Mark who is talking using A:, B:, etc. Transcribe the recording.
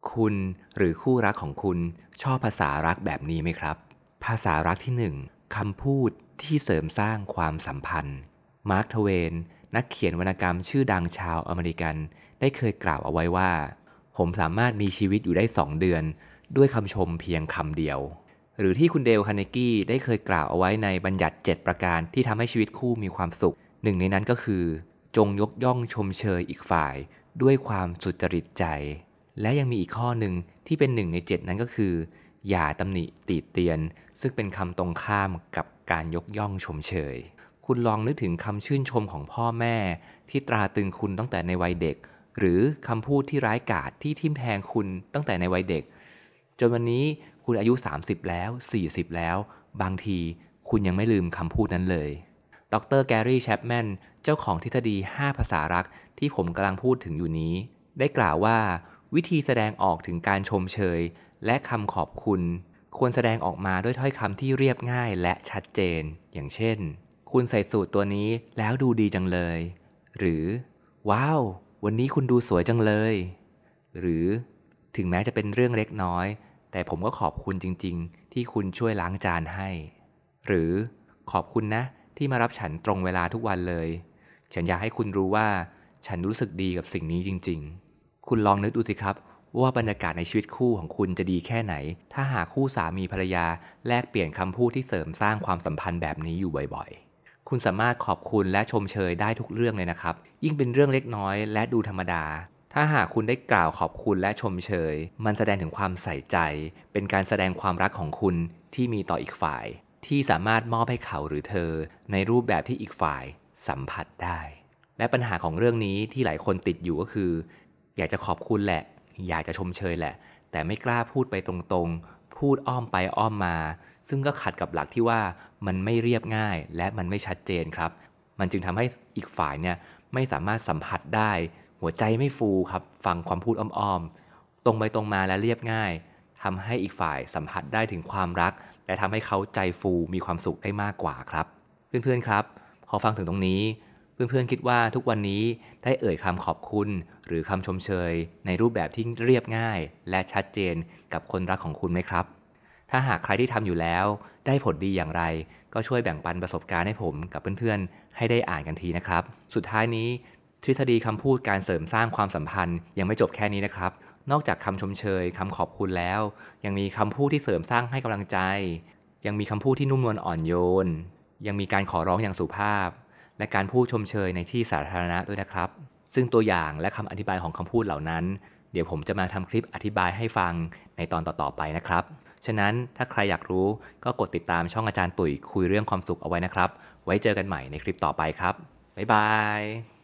A: คุณหรือคู่รักของคุณชอบภาษารักแบบนี้ไหมครับภาษารักที่หนึ่งคำพูดที่เสริมสร้างความสัมพันธ์มาร์ค ทเวนนักเขียนวรรณกรรมชื่อดังชาวอเมริกันได้เคยกล่าวเอาไว้ว่าผมสามารถมีชีวิตอยู่ได้2 เดือนด้วยคำชมเพียงคำเดียวหรือที่คุณเดล คาร์เนกีได้เคยกล่าวเอาไว้ในบัญญัติ7ประการที่ทำให้ชีวิตคู่มีความสุขหนึ่งในนั้นก็คือจงยกย่องชมเชยอีกฝ่ายด้วยความสุจริตใจและยังมีอีกข้อหนึ่งที่เป็น1 ใน 7นั้นก็คืออย่าตำหนิติเตียนซึ่งเป็นคำตรงข้ามกับการยกย่องชมเชยคุณลองนึกถึงคำชื่นชมของพ่อแม่ที่ตราตรึงคุณตั้งแต่ในวัยเด็กหรือคำพูดที่ร้ายกาจที่ทิ่มแทงคุณตั้งแต่ในวัยเด็กจนวันนี้คุณอายุ30แล้ว40แล้วบางทีคุณยังไม่ลืมคำพูดนั้นเลยดร.แกรี่ แชปแมนเจ้าของทฤษฎี5ภาษารักที่ผมกำลังพูดถึงอยู่นี้ได้กล่าวว่าวิธีแสดงออกถึงการชมเชยและคำขอบคุณควรแสดงออกมาด้วยถ้อยคำที่เรียบง่ายและชัดเจนอย่างเช่นคุณใส่สูทตัวนี้แล้วดูดีจังเลยหรือว้าววันนี้คุณดูสวยจังเลยหรือถึงแม้จะเป็นเรื่องเล็กน้อยแต่ผมก็ขอบคุณจริงๆที่คุณช่วยล้างจานให้หรือขอบคุณนะที่มารับฉันตรงเวลาทุกวันเลยฉันอยากให้คุณรู้ว่าฉันรู้สึกดีกับสิ่งนี้จริงๆคุณลองนึกดูสิครับว่าบรรยากาศในชีวิตคู่ของคุณจะดีแค่ไหนถ้าหากคู่สามีภรรยาแลกเปลี่ยนคำพูดที่เสริมสร้างความสัมพันธ์แบบนี้อยู่บ่อยๆคุณสามารถขอบคุณและชมเชยได้ทุกเรื่องเลยนะครับยิ่งเป็นเรื่องเล็กน้อยและดูธรรมดาถ้าหากคุณได้กล่าวขอบคุณและชมเชยมันแสดงถึงความใส่ใจเป็นการแสดงความรักของคุณที่มีต่ออีกฝ่ายที่สามารถมอบให้เขาหรือเธอในรูปแบบที่อีกฝ่ายสัมผัสได้และปัญหาของเรื่องนี้ที่หลายคนติดอยู่ก็คืออยากจะขอบคุณแหละอยากจะชมเชยแหละแต่ไม่กล้าพูดไปตรงๆพูดอ้อมไปอ้อมมาซึ่งก็ขัดกับหลักที่ว่ามันไม่เรียบง่ายและมันไม่ชัดเจนครับมันจึงทำให้อีกฝ่ายเนี่ยไม่สามารถสัมผัสได้หัวใจไม่ฟูครับฟังความพูดอ้อมๆตรงไปตรงมาและเรียบง่ายทำให้อีกฝ่ายสัมผัสได้ถึงความรักและทำให้เขาใจฟูมีความสุขได้มากกว่าครับเพื่อนๆครับพอฟังถึงตรงนี้เพื่อนๆคิดว่าทุกวันนี้ได้เอ่ยคำขอบคุณหรือคำชมเชยในรูปแบบที่เรียบง่ายและชัดเจนกับคนรักของคุณไหมครับถ้าหากใครที่ทำอยู่แล้วได้ผลดีอย่างไรก็ช่วยแบ่งปันประสบการณ์ให้ผมกับเพื่อนๆให้ได้อ่านกันทีนะครับสุดท้ายนี้ทฤษฎีคำพูดการเสริมสร้างความสัมพันธ์ยังไม่จบแค่นี้นะครับนอกจากคำชมเชยคำขอบคุณแล้วยังมีคำพูดที่เสริมสร้างให้กำลังใจยังมีคำพูดที่นุ่มนวลอ่อนโยนยังมีการขอร้องอย่างสุภาพและการพูดชมเชยในที่สาธารณะด้วยนะครับซึ่งตัวอย่างและคำอธิบายของคำพูดเหล่านั้นเดี๋ยวผมจะมาทำคลิปอธิบายให้ฟังในตอนต่อๆไปนะครับฉะนั้นถ้าใครอยากรู้ก็กดติดตามช่องอาจารย์ตุ๋ยคุยเรื่องความสุขเอาไว้นะครับไว้เจอกันใหม่ในคลิปต่อไปครับบ๊ายบาย